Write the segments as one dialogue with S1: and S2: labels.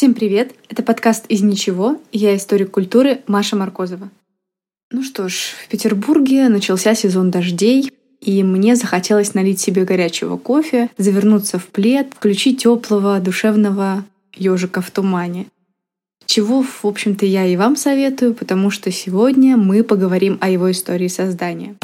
S1: Всем привет! Это подкаст «Из ничего», и я историк культуры Маша Маркозова. Ну что ж, в Петербурге начался сезон дождей, и мне захотелось налить себе горячего кофе, завернуться в плед, включить теплого, душевного ежика в тумане. Чего, в общем-то, я и вам советую, потому что сегодня мы поговорим о его истории создания.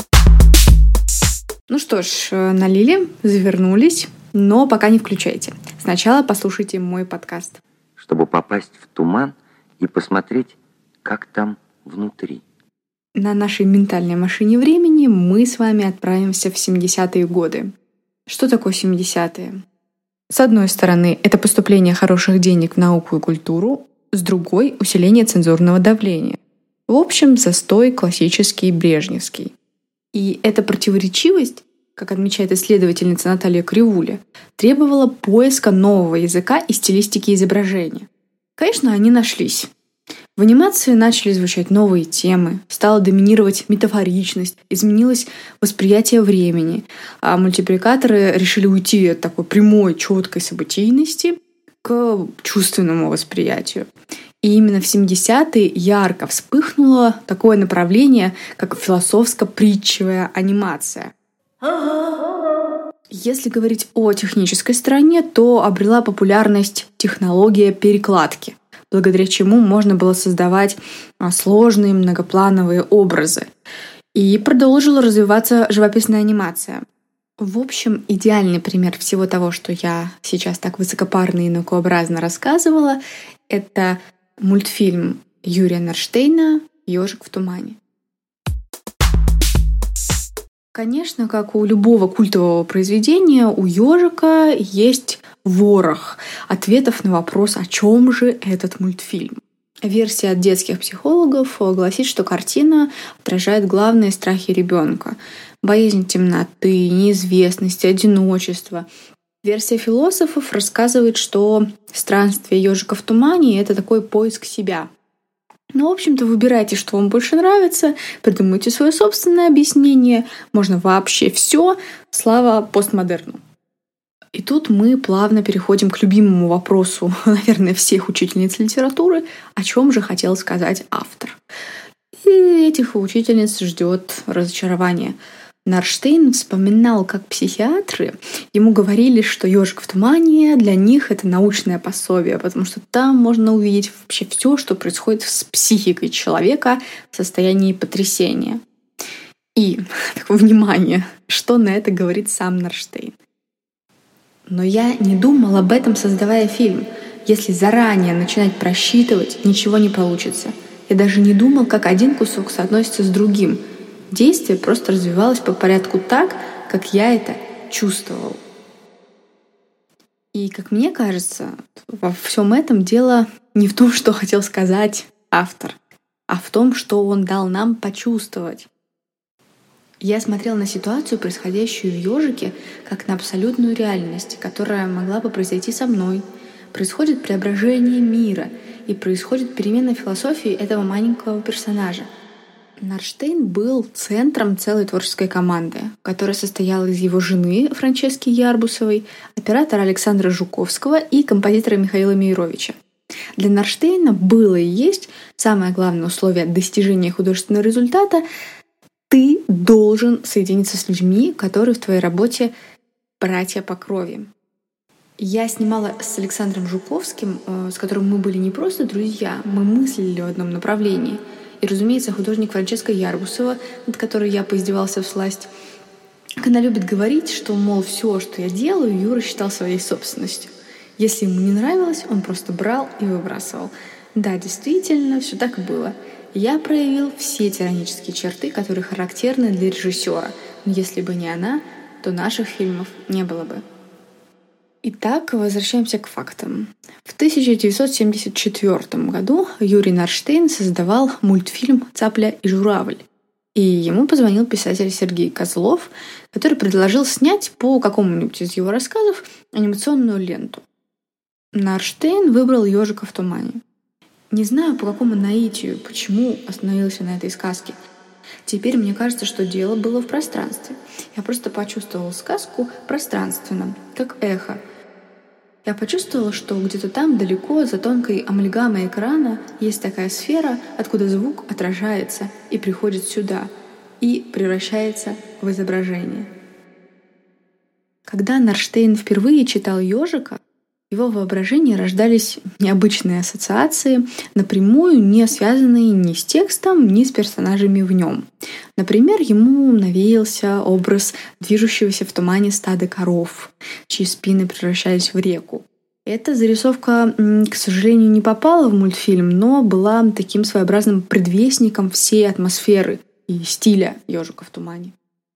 S1: Ну что ж, налили, завернулись, но пока не включайте. Сначала послушайте мой подкаст.
S2: Чтобы попасть в туман и посмотреть, как там внутри.
S1: На нашей ментальной машине времени мы с вами отправимся в 70-е годы. Что такое 70-е? С одной стороны, это поступление хороших денег в науку и культуру, с другой — усиление цензурного давления. В общем, застой классический брежневский. И эта противоречивость, как отмечает исследовательница Наталья Кривуля, требовала поиска нового языка и стилистики изображения. Конечно, они нашлись. В анимации начали звучать новые темы, стала доминировать метафоричность, изменилось восприятие времени, а мультипликаторы решили уйти от такой прямой, четкой событийности к чувственному восприятию. И именно в 70-е ярко вспыхнуло такое направление, как философско-притчевая анимация. Если говорить о технической стороне, то обрела популярность технология перекладки, благодаря чему можно было создавать сложные многоплановые образы. И продолжила развиваться живописная анимация. В общем, идеальный пример всего того, что я сейчас так высокопарно и наукообразно рассказывала, это мультфильм Юрия Норштейна «Ежик в тумане». Конечно, как у любого культового произведения, у ежика есть ворох ответов на вопрос, о чем же этот мультфильм. Версия от детских психологов гласит, что картина отражает главные страхи ребенка: боязнь темноты, неизвестности, одиночества. Версия философов рассказывает, что странствие ежика в тумане — это такой поиск себя. Ну, в общем-то, выбирайте, что вам больше нравится, придумайте свое собственное объяснение. Можно вообще все. Слава постмодерну. И тут мы плавно переходим к любимому вопросу, наверное, всех учительниц литературы: о чем же хотел сказать автор. И этих учительниц ждет разочарование. Норштейн вспоминал, как психиатры ему говорили, что «Ежик в тумане» для них — это научное пособие, потому что там можно увидеть вообще все, что происходит с психикой человека в состоянии потрясения. И, внимание, что на это говорит сам Норштейн. Но я не думал об этом, создавая фильм. Если заранее начинать просчитывать, ничего не получится. Я даже не думал, как один кусок соотносится с другим. Действие просто развивалось по порядку так, как я это чувствовал. И, как мне кажется, во всем этом дело не в том, что хотел сказать автор, а в том, что он дал нам почувствовать. Я смотрела на ситуацию, происходящую в «Ежике», как на абсолютную реальность, которая могла бы произойти со мной. Происходит преображение мира, и происходит перемена философии этого маленького персонажа. Норштейн был центром целой творческой команды, которая состояла из его жены Франчески Ярбусовой, оператора Александра Жуковского и композитора Михаила Мейровича. Для Норштейна было и есть самое главное условие достижения художественного результата: ты должен соединиться с людьми, которые в твоей работе братья по крови. Я снимала с Александром Жуковским, с которым мы были не просто друзья, мы мыслили в одном направлении. И, разумеется, художник Франческа Ярбусова, над которой я поиздевался всласть. Она любит говорить, что, мол, все, что я делаю, Юра считал своей собственностью. Если ему не нравилось, он просто брал и выбрасывал. Да, действительно, все так и было. Я проявил все тиранические черты, которые характерны для режиссера. Но если бы не она, то наших фильмов не было бы. Итак, возвращаемся к фактам. В 1974 году Юрий Норштейн создавал мультфильм «Цапля и журавль». И ему позвонил писатель Сергей Козлов, который предложил снять по какому-нибудь из его рассказов анимационную ленту. Норштейн выбрал «Ежика в тумане». Не знаю, по какому наитию, почему остановился на этой сказке. Теперь мне кажется, что дело было в пространстве. Я просто почувствовала сказку пространственно, как эхо. Я почувствовала, что где-то там, далеко, за тонкой амальгамой экрана, есть такая сфера, откуда звук отражается и приходит сюда, и превращается в изображение. Когда Нарштейн впервые читал «Ёжика», в его воображении рождались необычные ассоциации, напрямую не связанные ни с текстом, ни с персонажами в нем. Например, ему навеялся образ движущегося в тумане стада коров, чьи спины превращались в реку. Эта зарисовка, к сожалению, не попала в мультфильм, но была таким своеобразным предвестником всей атмосферы и стиля «Ёжика в тумане».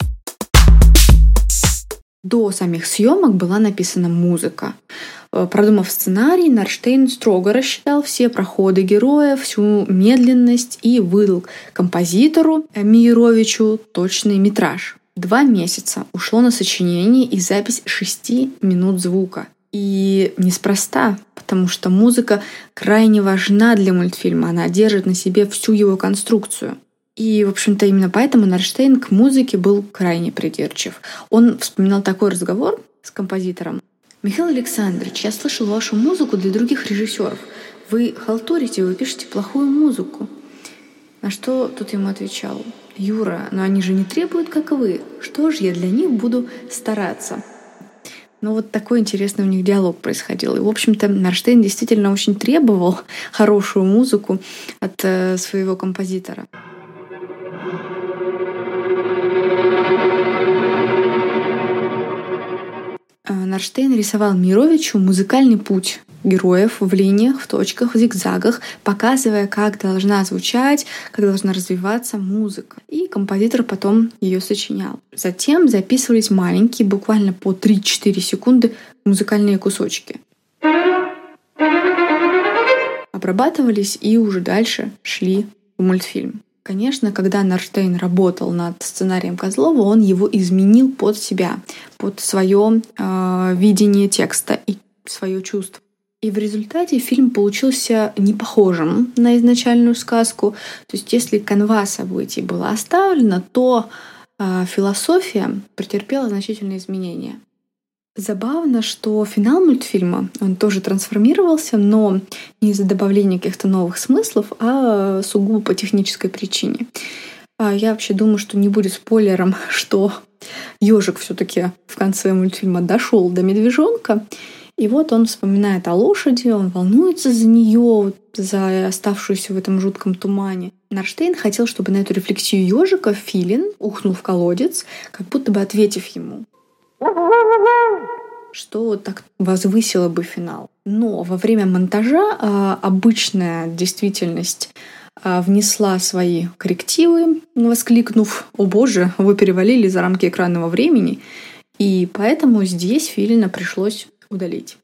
S1: До самих съемок была написана музыка. Продумав сценарий, Нарштейн строго рассчитал все проходы героя, всю медленность и выдал композитору Миировичу точный метраж. 2 месяца ушло на сочинение и запись 6 минут звука. И неспроста, потому что музыка крайне важна для мультфильма, она держит на себе всю его конструкцию. И, в общем-то, именно поэтому Нарштейн к музыке был крайне придирчив. Он вспоминал такой разговор с композитором. «Михаил Александрович, я слышал вашу музыку для других режиссеров. Вы халтурите, вы пишете плохую музыку». На что тут ему отвечал: «Юра, но они же не требуют, как вы. Что ж, я для них буду стараться». Ну вот такой интересный у них диалог происходил. И, в общем-то, Нарштейн действительно очень требовал хорошую музыку от своего композитора. Нарштейн рисовал Миировичу музыкальный путь героев в линиях, в точках, в зигзагах, показывая, как должна звучать, как должна развиваться музыка. И композитор потом ее сочинял. Затем записывались маленькие, буквально по 3-4 секунды, музыкальные кусочки. Обрабатывались и уже дальше шли в мультфильм. Конечно, когда Нарштейн работал над сценарием Козлова, он его изменил под себя, под свое видение текста и свое чувство. И в результате фильм получился не похожим на изначальную сказку. То есть если канва событий была оставлена, то философия претерпела значительные изменения. Забавно, что финал мультфильма, он тоже трансформировался, но не из-за добавления каких-то новых смыслов, а сугубо по технической причине. Я вообще думаю, что не будет спойлером, что ежик все-таки в конце мультфильма дошел до медвежонка. И вот он вспоминает о лошади, он волнуется за нее, за оставшуюся в этом жутком тумане. Нарштейн хотел, чтобы на эту рефлексию ежика филин ухнул в колодец, как будто бы ответив ему, что так возвысило бы финал. Но во время монтажа обычная действительность внесла свои коррективы, воскликнув: «О боже, вы перевалили за рамки экранного времени», и поэтому здесь филина пришлось удалить.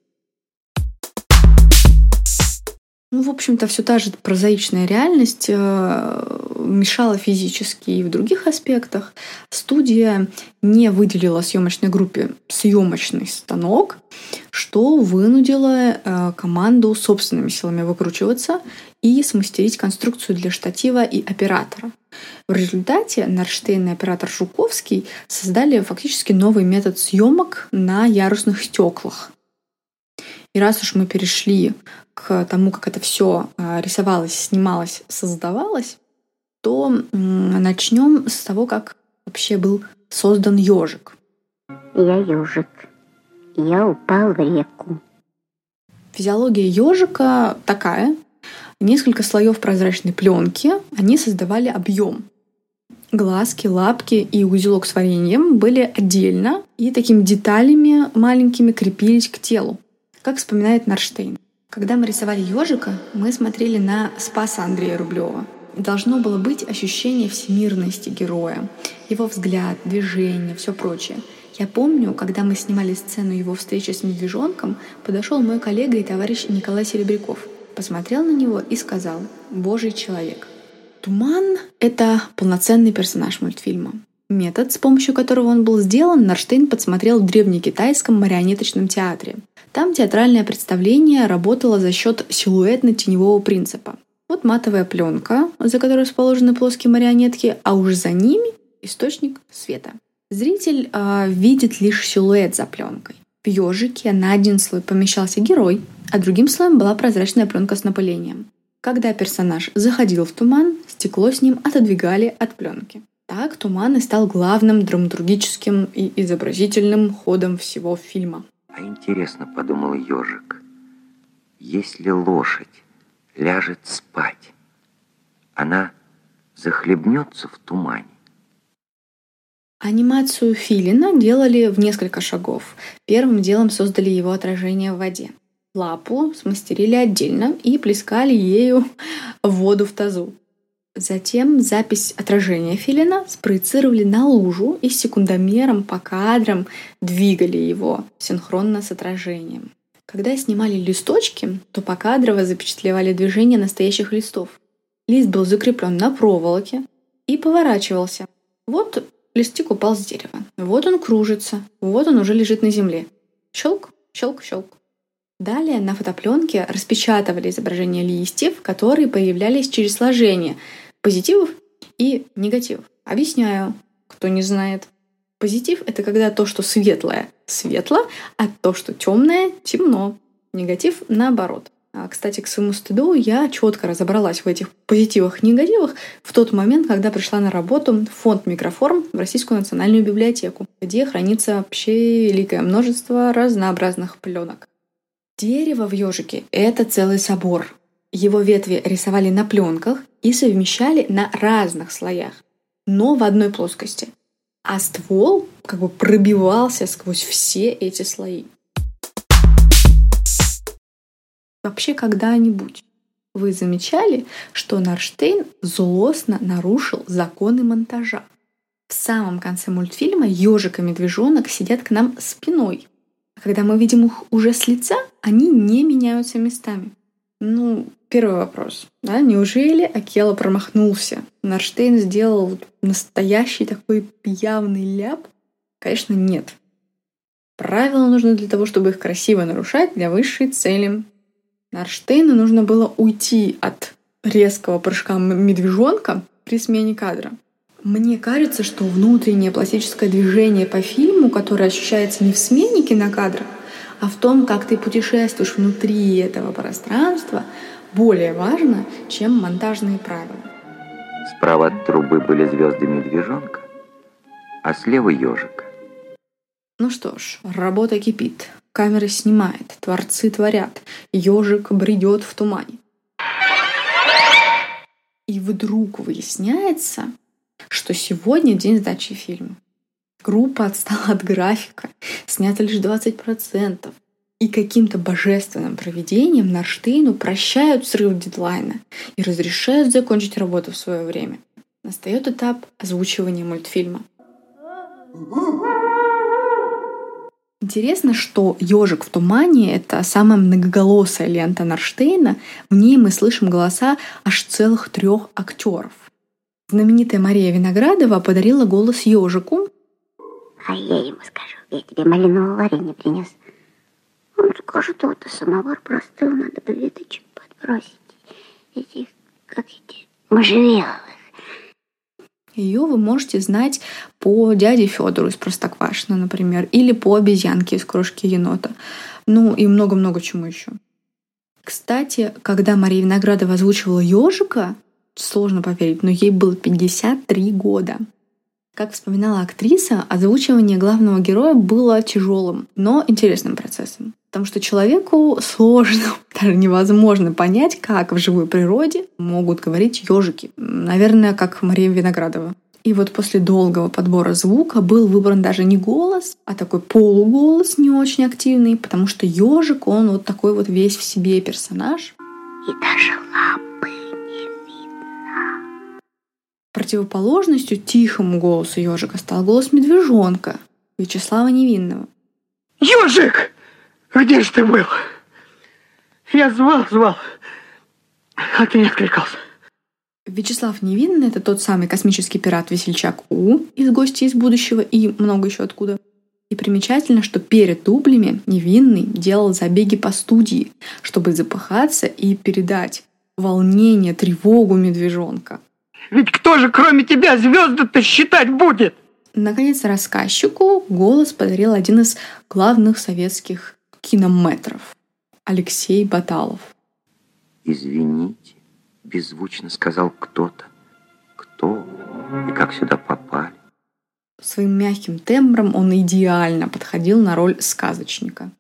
S1: Ну, в общем-то, все та же прозаичная реальность мешала физически и в других аспектах. Студия не выделила съемочной группе съемочный станок, что вынудило команду собственными силами выкручиваться и смастерить конструкцию для штатива и оператора. В результате Нарштейн и оператор Жуковский создали фактически новый метод съемок на ярусных стеклах. И раз уж мы перешли к тому, как это все рисовалось, снималось, создавалось, то начнем с того, как вообще был создан ежик.
S3: Я ежик. Я упал в реку.
S1: Физиология ежика такая. Несколько слоев прозрачной пленки, они создавали объем. Глазки, лапки и узелок с вареньем были отдельно и такими деталями маленькими крепились к телу. Как вспоминает Нарштейн. Когда мы рисовали ежика, мы смотрели на Спаса Андрея Рублева. Должно было быть ощущение всемирности героя, его взгляд, движение, все прочее. Я помню, когда мы снимали сцену его встречи с медвежонком, подошел мой коллега и товарищ Николай Серебряков, посмотрел на него и сказал: «Божий человек». Туман — это полноценный персонаж мультфильма. Метод, с помощью которого он был сделан, Нарштейн подсмотрел в древнекитайском марионеточном театре. Там театральное представление работало за счет силуэтно-теневого принципа. Вот матовая пленка, за которой расположены плоские марионетки, а уж за ними источник света. Зритель видит лишь силуэт за пленкой. В ежике на один слой помещался герой, а другим слоем была прозрачная пленка с напылением. Когда персонаж заходил в туман, стекло с ним отодвигали от пленки. Так туман и стал главным драматургическим и изобразительным ходом всего фильма.
S2: А интересно, подумал ежик, если лошадь ляжет спать, она захлебнется в тумане.
S1: Анимацию филина делали в несколько шагов. Первым делом создали его отражение в воде. Лапу смастерили отдельно и плескали ею в воду в тазу. Затем запись отражения филина спроецировали на лужу и с секундомером по кадрам двигали его синхронно с отражением. Когда снимали листочки, то покадрово запечатлевали движение настоящих листов. Лист был закреплен на проволоке и поворачивался. Вот листик упал с дерева. Вот он кружится. Вот он уже лежит на земле. Щелк, щелк, щелк. Далее на фотопленке распечатывали изображения листьев, которые появлялись через сложение позитивов и негативов. Объясняю, кто не знает. Позитив — это когда то, что светлое, светло, а то, что темное, темно. Негатив — наоборот. Кстати, к своему стыду я четко разобралась в этих позитивах и негативах в тот момент, когда пришла на работу в фонд «Микроформ» в Российскую национальную библиотеку, где хранится вообще великое множество разнообразных пленок. Дерево в ежике — это целый собор. Его ветви рисовали на пленках и совмещали на разных слоях, но в одной плоскости. А ствол как бы пробивался сквозь все эти слои. Вообще, когда-нибудь вы замечали, что Нарштейн злостно нарушил законы монтажа? В самом конце мультфильма ежик и медвежонок сидят к нам спиной. А когда мы видим их уже с лица, они не меняются местами. Первый вопрос. Да, неужели Акела промахнулся? Нарштейн сделал настоящий такой явный ляп? Конечно, нет. Правила нужны для того, чтобы их красиво нарушать для высшей цели. Нарштейну нужно было уйти от резкого прыжка медвежонка при смене кадра. Мне кажется, что внутреннее пластическое движение по фильму, которое ощущается не в смене кинокадра, а в том, как ты путешествуешь внутри этого пространства, более важно, чем монтажные правила.
S2: Справа от трубы были звезды медвежонка, а слева ежик.
S1: Ну что ж, работа кипит. Камера снимает, творцы творят, ежик бредет в тумане. И вдруг выясняется, что сегодня день сдачи фильма. Группа отстала от графика, снято лишь 20%. И каким-то божественным провидением Нарштейну прощают срыв дедлайна и разрешают закончить работу в свое время. Настает этап озвучивания мультфильма. Интересно, что «Ежик в тумане» — это самая многоголосая лента Нарштейна. В ней мы слышим голоса аж целых 3 актеров. Знаменитая Мария Виноградова подарила голос ежику.
S3: А я ему скажу, я тебе малинового варенья принес. Он скажет, вот самовар простыл, надо бы веточек подбросить. Эти можжевеловых.
S1: Ее вы можете знать по дяде Федору из Простоквашино, например, или по обезьянке из Крошки енота. И много-много чему еще. Кстати, когда Мария Виноградова озвучивала ежика, сложно поверить, но ей было 53 года. Как вспоминала актриса, озвучивание главного героя было тяжелым, но интересным процессом. Потому что человеку сложно, даже невозможно понять, как в живой природе могут говорить ежики. Наверное, как Мария Виноградова. И вот после долгого подбора звука был выбран даже не голос, а такой полуголос не очень активный, потому что ежик, он вот такой вот весь в себе персонаж.
S3: И даже лапы не видно.
S1: Противоположностью тихому голосу ежика стал голос медвежонка Вячеслава Невинного.
S4: Ежик! Где же ты был? Я звал, а ты не откликался.
S1: Вячеслав Невинный — это тот самый космический пират-весельчак У из «Гости из будущего» и много еще откуда. И примечательно, что перед дублями Невинный делал забеги по студии, чтобы запыхаться и передать волнение, тревогу медвежонка.
S4: Ведь кто же, кроме тебя, звезды-то считать будет?
S1: Наконец, рассказчику голос подарил один из главных советских кинометров — Алексей Баталов.
S2: «Извините», — беззвучно сказал кто-то. Кто и как сюда попали?
S1: Своим мягким тембром он идеально подходил на роль сказочника.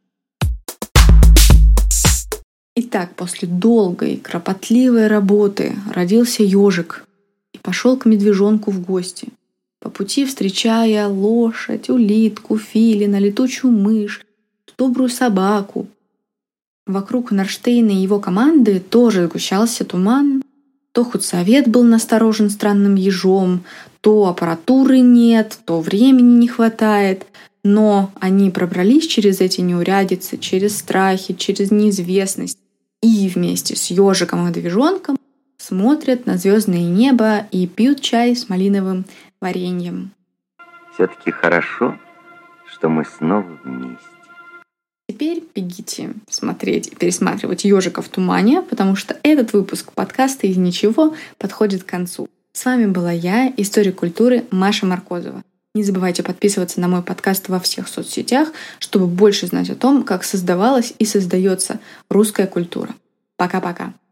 S1: Итак, после долгой, кропотливой работы родился ежик и пошел к медвежонку в гости, по пути встречая лошадь, улитку, филина, летучую мышь, добрую собаку. Вокруг Норштейна и его команды тоже сгущался туман. То худсовет был насторожен странным ежом, то аппаратуры нет, то времени не хватает. Но они пробрались через эти неурядицы, через страхи, через неизвестность. И вместе с ежиком и медвежонком смотрят на звездное небо и пьют чай с малиновым вареньем.
S2: Все-таки хорошо, что мы снова вместе.
S1: Теперь бегите смотреть и пересматривать «Ежика в тумане», потому что этот выпуск подкаста «Из ничего» подходит к концу. С вами была я, историк культуры Маша Маркозова. Не забывайте подписываться на мой подкаст во всех соцсетях, чтобы больше знать о том, как создавалась и создается русская культура. Пока-пока.